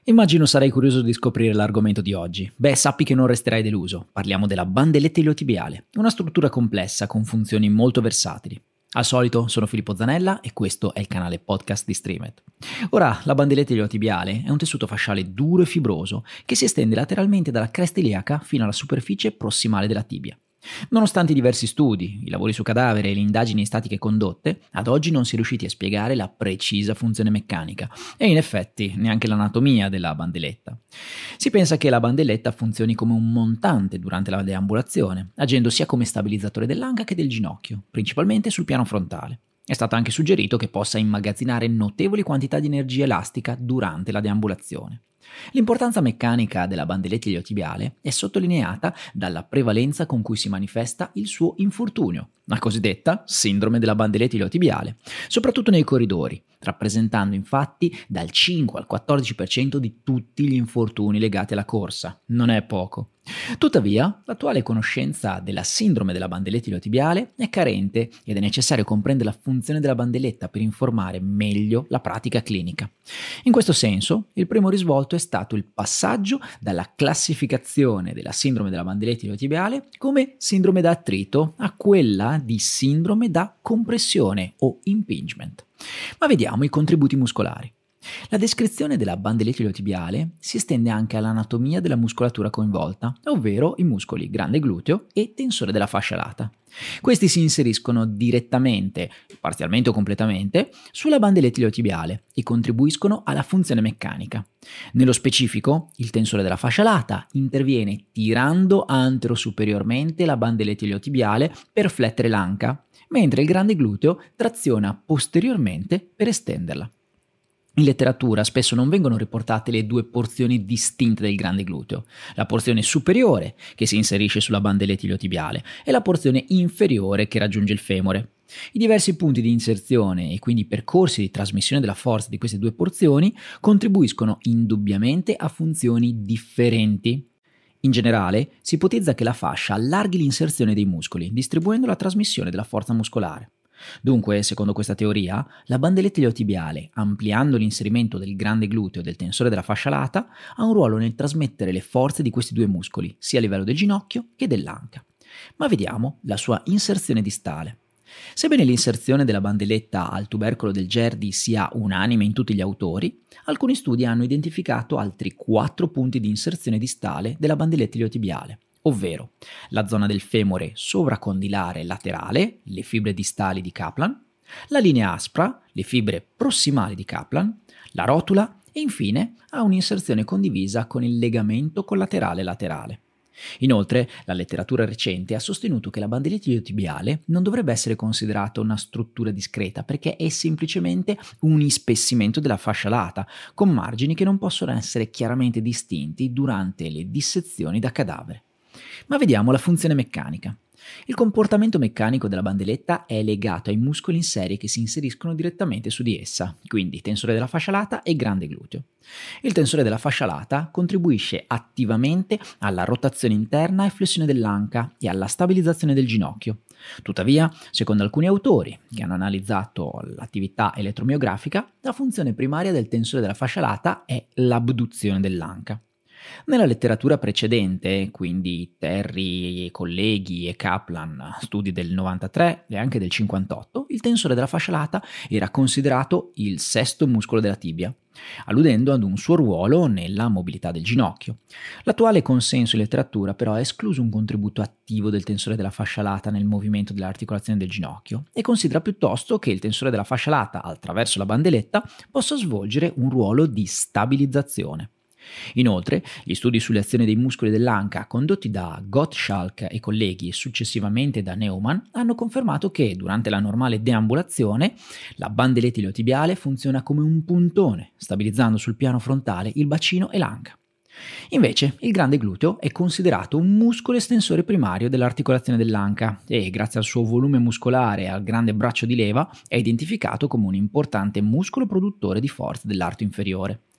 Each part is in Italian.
Immagino sarai curioso di scoprire l'argomento di oggi. Beh, sappi che non resterai deluso. Parliamo della bandelletta iliotibiale, una struttura complessa con funzioni molto versatili. Al solito sono Filippo Zanella e questo è il canale podcast di Streamed. Ora, la bandelletta iliotibiale è un tessuto fasciale duro e fibroso che si estende lateralmente dalla cresta iliaca fino alla superficie prossimale della tibia. Nonostante i diversi studi, i lavori su cadavere e le indagini statiche condotte, ad oggi non si è riusciti a spiegare la precisa funzione meccanica e in effetti neanche l'anatomia della bandelletta. Si pensa che la bandelletta funzioni come un montante durante la deambulazione, agendo sia come stabilizzatore dell'anca che del ginocchio, principalmente sul piano frontale. È stato anche suggerito che possa immagazzinare notevoli quantità di energia elastica durante la deambulazione. L'importanza meccanica della bandelletta iliotibiale è sottolineata dalla prevalenza con cui si manifesta il suo infortunio, la cosiddetta sindrome della bandelletta iliotibiale, soprattutto nei corridori, rappresentando infatti dal 5 al 14% di tutti gli infortuni legati alla corsa. Non è poco. Tuttavia, l'attuale conoscenza della sindrome della bandelletta iliotibiale è carente ed è necessario comprendere la funzione della bandelletta per informare meglio la pratica clinica. In questo senso, il primo risvolto è stato il passaggio dalla classificazione della sindrome della bandelletta iliotibiale come sindrome da attrito a quella di sindrome da compressione o impingement. Ma vediamo i contributi muscolari. La descrizione della bandelletta iliotibiale si estende anche all'anatomia della muscolatura coinvolta, ovvero i muscoli grande gluteo e tensore della fascia lata. Questi si inseriscono direttamente, parzialmente o completamente, sulla bandelletta iliotibiale e contribuiscono alla funzione meccanica. Nello specifico, il tensore della fascia lata interviene tirando antero-superiormente la bandelletta iliotibiale per flettere l'anca, mentre il grande gluteo traziona posteriormente per estenderla. In letteratura spesso non vengono riportate le due porzioni distinte del grande gluteo, la porzione superiore che si inserisce sulla bandelletta iliotibiale e la porzione inferiore che raggiunge il femore. I diversi punti di inserzione e quindi i percorsi di trasmissione della forza di queste due porzioni contribuiscono indubbiamente a funzioni differenti. In generale, si ipotizza che la fascia allarghi l'inserzione dei muscoli, distribuendo la trasmissione della forza muscolare. Dunque, secondo questa teoria, la bandelletta iliotibiale, ampliando l'inserimento del grande gluteo e del tensore della fascia lata, ha un ruolo nel trasmettere le forze di questi due muscoli, sia a livello del ginocchio che dell'anca. Ma vediamo la sua inserzione distale. Sebbene l'inserzione della bandelletta al tubercolo del Gerdi sia unanime in tutti gli autori, alcuni studi hanno identificato altri 4 punti di inserzione distale della bandelletta iliotibiale, ovvero la zona del femore sovracondilare laterale, le fibre distali di Kaplan, la linea aspra, le fibre prossimali di Kaplan, la rotula e infine ha un'inserzione condivisa con il legamento collaterale laterale. Inoltre, la letteratura recente ha sostenuto che la bandelletta iliotibiale non dovrebbe essere considerata una struttura discreta perché è semplicemente un ispessimento della fascia lata, con margini che non possono essere chiaramente distinti durante le dissezioni da cadavere. Ma vediamo la funzione meccanica. Il comportamento meccanico della bandelletta è legato ai muscoli in serie che si inseriscono direttamente su di essa, quindi tensore della fascia lata e grande gluteo. Il tensore della fascia lata contribuisce attivamente alla rotazione interna e flessione dell'anca e alla stabilizzazione del ginocchio. Tuttavia, secondo alcuni autori che hanno analizzato l'attività elettromiografica, la funzione primaria del tensore della fascia lata è l'abduzione dell'anca. Nella letteratura precedente, quindi Terry, colleghi e Kaplan, studi del 93 e anche del 58, il tensore della fascia lata era considerato il sesto muscolo della tibia, alludendo ad un suo ruolo nella mobilità del ginocchio. L'attuale consenso in letteratura però ha escluso un contributo attivo del tensore della fascia lata nel movimento dell'articolazione del ginocchio e considera piuttosto che il tensore della fascia lata, attraverso la bandelletta, possa svolgere un ruolo di stabilizzazione. Inoltre, gli studi sulle azioni dei muscoli dell'anca condotti da Gottschalk e colleghi e successivamente da Neumann hanno confermato che durante la normale deambulazione la bandelletta iliotibiale funziona come un puntone, stabilizzando sul piano frontale il bacino e l'anca. Invece, il grande gluteo è considerato un muscolo estensore primario dell'articolazione dell'anca e, grazie al suo volume muscolare e al grande braccio di leva, è identificato come un importante muscolo produttore di forza dell'arto inferiore.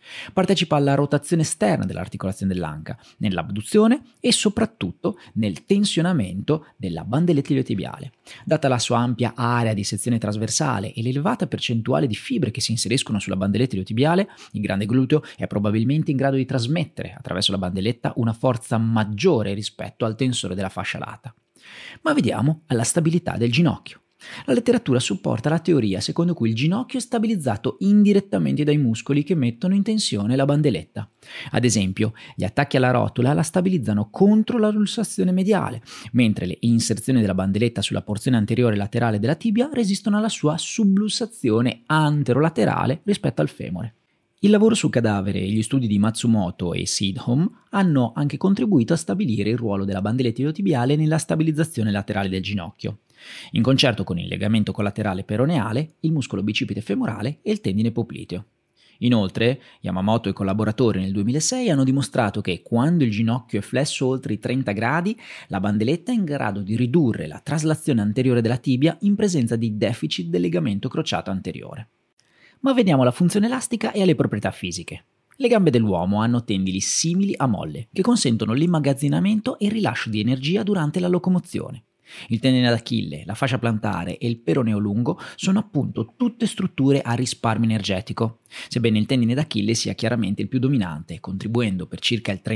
Partecipa alla rotazione esterna dell'articolazione dell'anca, nell'abduzione e soprattutto nel tensionamento della bandelletta iliotibiale. Data la sua ampia area di sezione trasversale e l'elevata percentuale di fibre che si inseriscono sulla bandelletta iliotibiale, il grande gluteo è probabilmente in grado di trasmettere attraverso la bandelletta una forza maggiore rispetto al tensore della fascia lata. Ma vediamo alla stabilità del ginocchio. La letteratura supporta la teoria secondo cui il ginocchio è stabilizzato indirettamente dai muscoli che mettono in tensione la bandelletta. Ad esempio, gli attacchi alla rotula la stabilizzano contro la lussazione mediale, mentre le inserzioni della bandelletta sulla porzione anteriore laterale della tibia resistono alla sua sublussazione anterolaterale rispetto al femore. Il lavoro sul cadavere e gli studi di Matsumoto e Seedholm hanno anche contribuito a stabilire il ruolo della bandelletta iliotibiale nella stabilizzazione laterale del ginocchio, in concerto con il legamento collaterale peroneale, il muscolo bicipite femorale e il tendine popliteo. Inoltre, Yamamoto e collaboratori nel 2006 hanno dimostrato che quando il ginocchio è flesso oltre i 30 gradi, la bandelletta è in grado di ridurre la traslazione anteriore della tibia in presenza di deficit del legamento crociato anteriore. Ma vediamo la funzione elastica e alle proprietà fisiche. Le gambe dell'uomo hanno tendini simili a molle, che consentono l'immagazzinamento e il rilascio di energia durante la locomozione. Il tendine d'Achille, la fascia plantare e il peroneo lungo sono appunto tutte strutture a risparmio energetico, sebbene il tendine d'Achille sia chiaramente il più dominante, contribuendo per circa il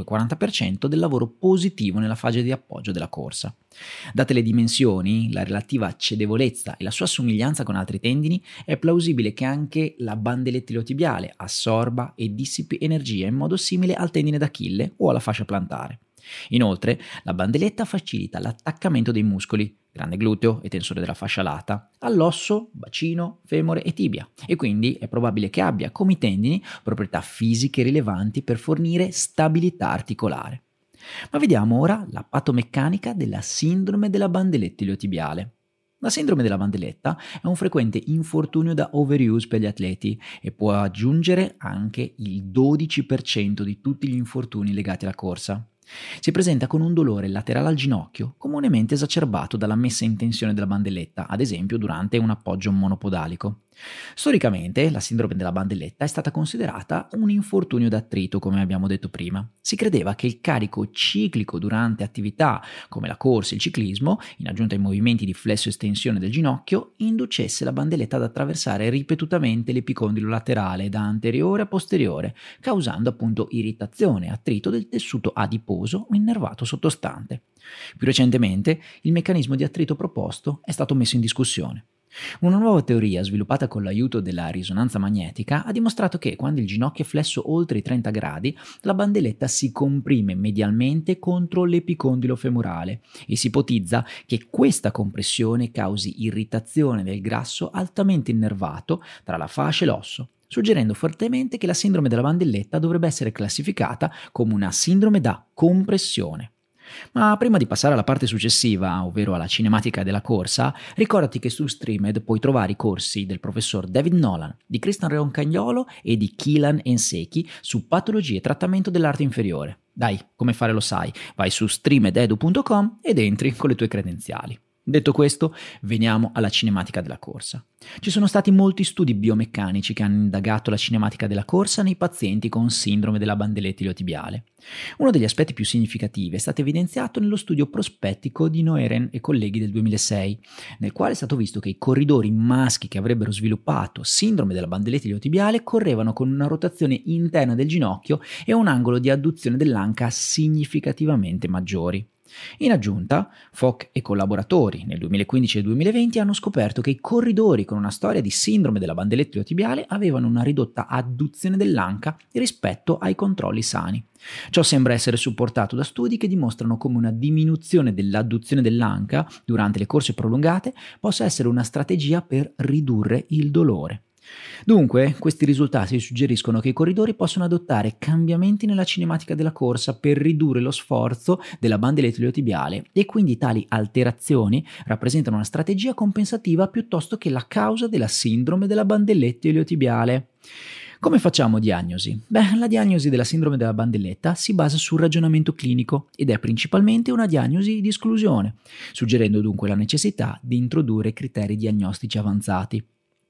35-40% del lavoro positivo nella fase di appoggio della corsa. Date le dimensioni, la relativa cedevolezza e la sua somiglianza con altri tendini, è plausibile che anche la bandelletta iliotibiale assorba e dissipi energia in modo simile al tendine d'Achille o alla fascia plantare. Inoltre, la bandelletta facilita l'attaccamento dei muscoli, grande gluteo e tensore della fascia lata, all'osso, bacino, femore e tibia, e quindi è probabile che abbia, come i tendini, proprietà fisiche rilevanti per fornire stabilità articolare. Ma vediamo ora la patomeccanica della sindrome della bandelletta iliotibiale. La sindrome della bandelletta è un frequente infortunio da overuse per gli atleti e può aggiungere anche il 12% di tutti gli infortuni legati alla corsa. Si presenta con un dolore laterale al ginocchio, comunemente esacerbato dalla messa in tensione della bandelletta, ad esempio durante un appoggio monopodalico. Storicamente, la sindrome della bandelletta è stata considerata un infortunio d'attrito, come abbiamo detto prima. Si credeva che il carico ciclico durante attività come la corsa e il ciclismo, in aggiunta ai movimenti di flesso estensione del ginocchio, inducesse la bandelletta ad attraversare ripetutamente l'epicondilo laterale da anteriore a posteriore, causando appunto irritazione e attrito del tessuto adiposo o innervato sottostante. Più recentemente, il meccanismo di attrito proposto è stato messo in discussione. Una nuova teoria, sviluppata con l'aiuto della risonanza magnetica, ha dimostrato che quando il ginocchio è flesso oltre i 30 gradi, la bandelletta si comprime medialmente contro l'epicondilo femorale e si ipotizza che questa compressione causi irritazione del grasso altamente innervato tra la fascia e l'osso, suggerendo fortemente che la sindrome della bandelletta dovrebbe essere classificata come una sindrome da compressione. Ma prima di passare alla parte successiva, ovvero alla cinematica della corsa, ricordati che su Streamed puoi trovare i corsi del professor David Nolan, di Cristian Roncagnolo e di Keelan Enseki su patologie e trattamento dell'arte inferiore. Dai, come fare lo sai, vai su streamededu.com ed entri con le tue credenziali. Detto questo, veniamo alla cinematica della corsa. Ci sono stati molti studi biomeccanici che hanno indagato la cinematica della corsa nei pazienti con sindrome della bandelletta iliotibiale. Uno degli aspetti più significativi è stato evidenziato nello studio prospettico di Noeren e colleghi del 2006, nel quale è stato visto che i corridori maschi che avrebbero sviluppato sindrome della bandelletta iliotibiale correvano con una rotazione interna del ginocchio e un angolo di adduzione dell'anca significativamente maggiori. In aggiunta, Fock e collaboratori nel 2015 e 2020 hanno scoperto che i corridori con una storia di sindrome della bandelletta iliotibiale avevano una ridotta adduzione dell'anca rispetto ai controlli sani. Ciò sembra essere supportato da studi che dimostrano come una diminuzione dell'adduzione dell'anca durante le corse prolungate possa essere una strategia per ridurre il dolore. Dunque, questi risultati suggeriscono che i corridori possono adottare cambiamenti nella cinematica della corsa per ridurre lo sforzo della bandelletta iliotibiale e quindi tali alterazioni rappresentano una strategia compensativa piuttosto che la causa della sindrome della bandelletta iliotibiale. Come facciamo diagnosi? La diagnosi della sindrome della bandelletta si basa sul ragionamento clinico ed è principalmente una diagnosi di esclusione, suggerendo dunque la necessità di introdurre criteri diagnostici avanzati.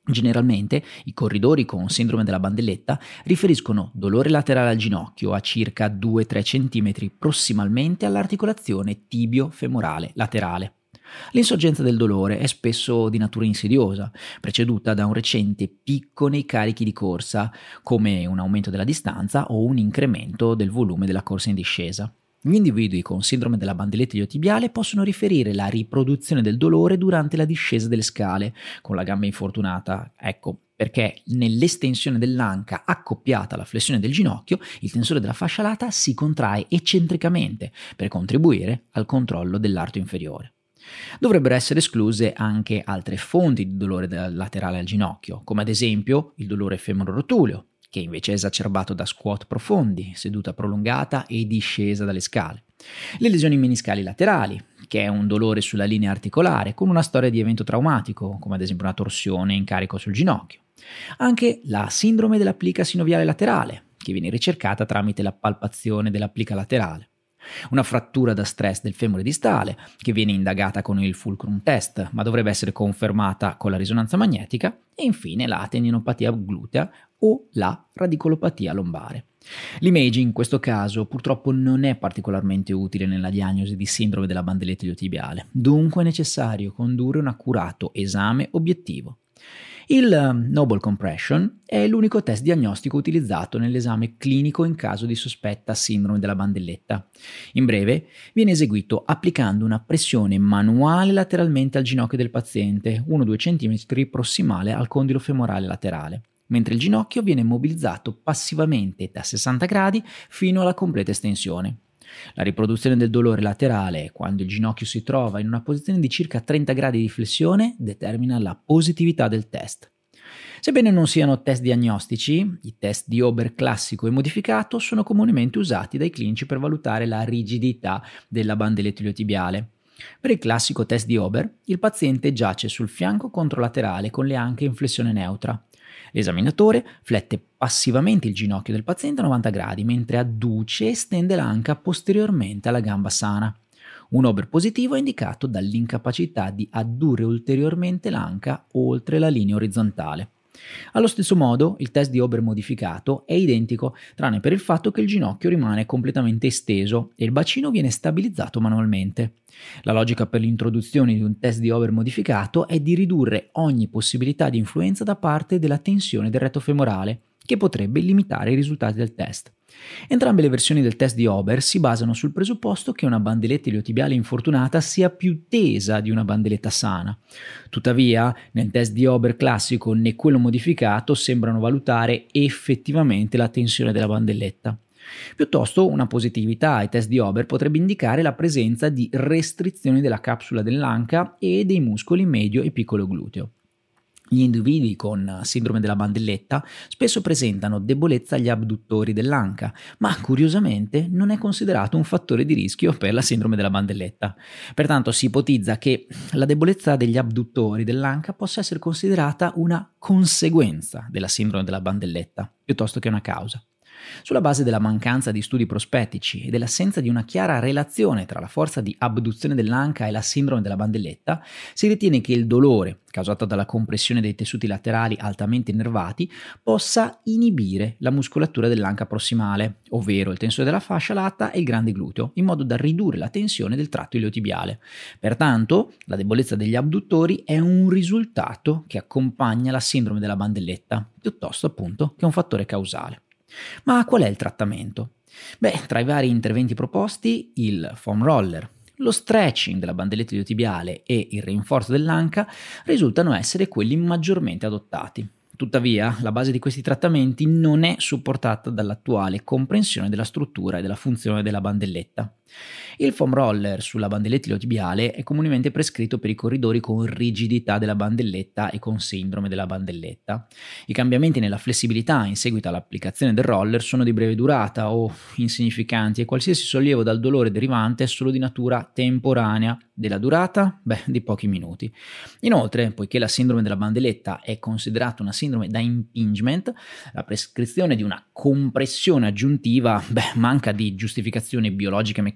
Generalmente i corridori con sindrome della bandelletta riferiscono dolore laterale al ginocchio a circa 2-3 cm prossimalmente all'articolazione tibio-femorale laterale. L'insorgenza del dolore è spesso di natura insidiosa, preceduta da un recente picco nei carichi di corsa, come un aumento della distanza o un incremento del volume della corsa in discesa. Gli individui con sindrome della bandelletta iliotibiale possono riferire la riproduzione del dolore durante la discesa delle scale, con la gamba infortunata. Ecco, perché nell'estensione dell'anca accoppiata alla flessione del ginocchio, il tensore della fascia lata si contrae eccentricamente per contribuire al controllo dell'arto inferiore. Dovrebbero essere escluse anche altre fonti di dolore laterale al ginocchio, come ad esempio il dolore femororotuleo, che invece è esacerbato da squat profondi, seduta prolungata e discesa dalle scale. Le lesioni meniscali laterali, che è un dolore sulla linea articolare con una storia di evento traumatico, come ad esempio una torsione in carico sul ginocchio. Anche la sindrome dell'applica sinoviale laterale, che viene ricercata tramite la palpazione dell'applica laterale. Una frattura da stress del femore distale, che viene indagata con il fulcrum test, ma dovrebbe essere confermata con la risonanza magnetica, e infine la tendinopatia glutea o la radicolopatia lombare. L'imaging in questo caso purtroppo non è particolarmente utile nella diagnosi di sindrome della bandelletta iliotibiale, dunque è necessario condurre un accurato esame obiettivo. Il Noble Compression è l'unico test diagnostico utilizzato nell'esame clinico in caso di sospetta sindrome della bandelletta. In breve, viene eseguito applicando una pressione manuale lateralmente al ginocchio del paziente, 1-2 cm prossimale al condilo femorale laterale, mentre il ginocchio viene mobilizzato passivamente da 60 gradi fino alla completa estensione. La riproduzione del dolore laterale, quando il ginocchio si trova in una posizione di circa 30 gradi di flessione, determina la positività del test. Sebbene non siano test diagnostici, i test di Ober classico e modificato sono comunemente usati dai clinici per valutare la rigidità della bandelletta iliotibiale. Per il classico test di Ober, il paziente giace sul fianco controlaterale con le anche in flessione neutra. L'esaminatore flette passivamente il ginocchio del paziente a 90 gradi, mentre adduce e stende l'anca posteriormente alla gamba sana. Un Ober positivo è indicato dall'incapacità di addurre ulteriormente l'anca oltre la linea orizzontale. Allo stesso modo, il test di Ober modificato è identico, tranne per il fatto che il ginocchio rimane completamente esteso e il bacino viene stabilizzato manualmente. La logica per l'introduzione di un test di Ober modificato è di ridurre ogni possibilità di influenza da parte della tensione del retto femorale, che potrebbe limitare i risultati del test. Entrambe le versioni del test di Ober si basano sul presupposto che una bandelletta iliotibiale infortunata sia più tesa di una bandelletta sana. Tuttavia, nel test di Ober classico né quello modificato sembrano valutare effettivamente la tensione della bandelletta. Piuttosto, una positività ai test di Ober potrebbe indicare la presenza di restrizioni della capsula dell'anca e dei muscoli medio e piccolo gluteo. Gli individui con sindrome della bandelletta spesso presentano debolezza agli abduttori dell'anca, ma curiosamente non è considerato un fattore di rischio per la sindrome della bandelletta. Pertanto si ipotizza che la debolezza degli abduttori dell'anca possa essere considerata una conseguenza della sindrome della bandelletta, piuttosto che una causa. Sulla base della mancanza di studi prospettici e dell'assenza di una chiara relazione tra la forza di abduzione dell'anca e la sindrome della bandelletta, si ritiene che il dolore, causato dalla compressione dei tessuti laterali altamente innervati, possa inibire la muscolatura dell'anca prossimale, ovvero il tensore della fascia lata e il grande gluteo, in modo da ridurre la tensione del tratto iliotibiale. Pertanto, la debolezza degli abduttori è un risultato che accompagna la sindrome della bandelletta, piuttosto appunto che un fattore causale. Ma qual è il trattamento? Tra i vari interventi proposti, il foam roller, lo stretching della bandelletta iliotibiale e il rinforzo dell'anca risultano essere quelli maggiormente adottati. Tuttavia, la base di questi trattamenti non è supportata dall'attuale comprensione della struttura e della funzione della bandelletta. Il foam roller sulla bandelletta iliotibiale è comunemente prescritto per i corridori con rigidità della bandelletta e con sindrome della bandelletta. I cambiamenti nella flessibilità in seguito all'applicazione del roller sono di breve durata o insignificanti e qualsiasi sollievo dal dolore derivante è solo di natura temporanea. Della durata? Di pochi minuti. Inoltre, poiché la sindrome della bandelletta è considerata una sindrome da impingement, la prescrizione di una compressione aggiuntiva manca di giustificazione biologica e meccanica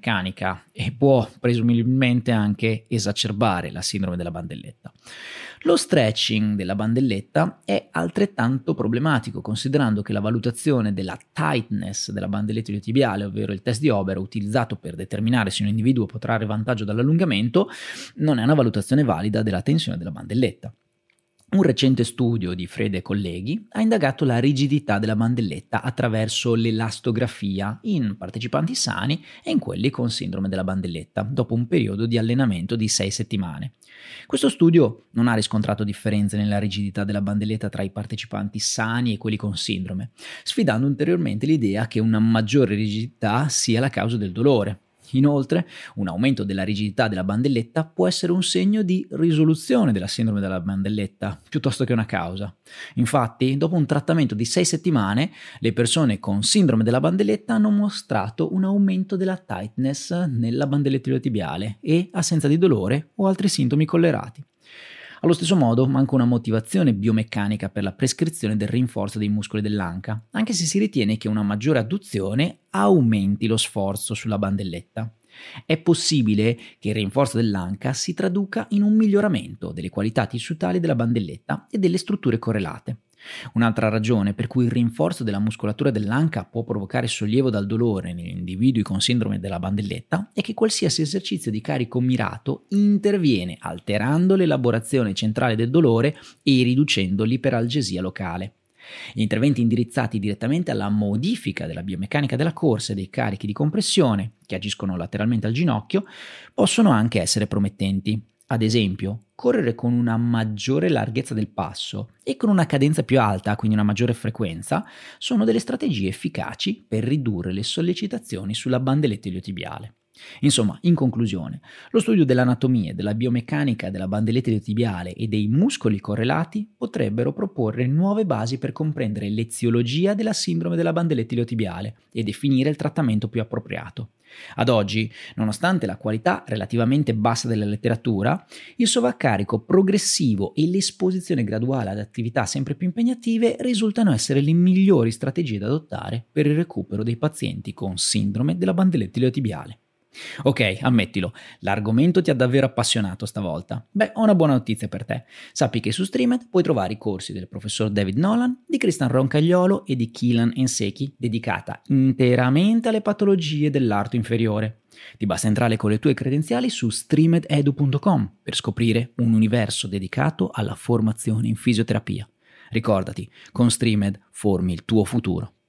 biomeccanica e può presumibilmente anche esacerbare la sindrome della bandelletta. Lo stretching della bandelletta è altrettanto problematico, considerando che la valutazione della tightness della bandelletta iliotibiale, ovvero il test di Ober utilizzato per determinare se un individuo potrà trarre vantaggio dall'allungamento, non è una valutazione valida della tensione della bandelletta. Un recente studio di Frede e colleghi ha indagato la rigidità della bandelletta attraverso l'elastografia in partecipanti sani e in quelli con sindrome della bandelletta, dopo un periodo di allenamento di 6 settimane. Questo studio non ha riscontrato differenze nella rigidità della bandelletta tra i partecipanti sani e quelli con sindrome, sfidando ulteriormente l'idea che una maggiore rigidità sia la causa del dolore. Inoltre, un aumento della rigidità della bandelletta può essere un segno di risoluzione della sindrome della bandelletta, piuttosto che una causa. Infatti, dopo un trattamento di 6 settimane, le persone con sindrome della bandelletta hanno mostrato un aumento della tightness nella bandelletta iliotibiale e assenza di dolore o altri sintomi collerati. Allo stesso modo, manca una motivazione biomeccanica per la prescrizione del rinforzo dei muscoli dell'anca, anche se si ritiene che una maggiore adduzione aumenti lo sforzo sulla bandelletta. È possibile che il rinforzo dell'anca si traduca in un miglioramento delle qualità tissutali della bandelletta e delle strutture correlate. Un'altra ragione per cui il rinforzo della muscolatura dell'anca può provocare sollievo dal dolore negli individui con sindrome della bandelletta è che qualsiasi esercizio di carico mirato interviene alterando l'elaborazione centrale del dolore e riducendo l'iperalgesia locale. Gli interventi indirizzati direttamente alla modifica della biomeccanica della corsa e dei carichi di compressione, che agiscono lateralmente al ginocchio, possono anche essere promettenti. Ad esempio, correre con una maggiore larghezza del passo e con una cadenza più alta, quindi una maggiore frequenza, sono delle strategie efficaci per ridurre le sollecitazioni sulla bandelletta iliotibiale. Insomma, in conclusione, lo studio dell'anatomia e della biomeccanica della bandelletta iliotibiale e dei muscoli correlati potrebbero proporre nuove basi per comprendere l'eziologia della sindrome della bandelletta iliotibiale e definire il trattamento più appropriato. Ad oggi, nonostante la qualità relativamente bassa della letteratura, il sovraccarico progressivo e l'esposizione graduale ad attività sempre più impegnative risultano essere le migliori strategie da adottare per il recupero dei pazienti con sindrome della bandelletta iliotibiale. Ok, ammettilo, l'argomento ti ha davvero appassionato stavolta. Beh, ho una buona notizia per te. Sappi che su Streamed puoi trovare i corsi del professor David Nolan, di Cristian Roncagliolo e di Keelan Enseki, dedicata interamente alle patologie dell'arto inferiore. Ti basta entrare con le tue credenziali su streamededu.com per scoprire un universo dedicato alla formazione in fisioterapia. Ricordati, con Streamed formi il tuo futuro.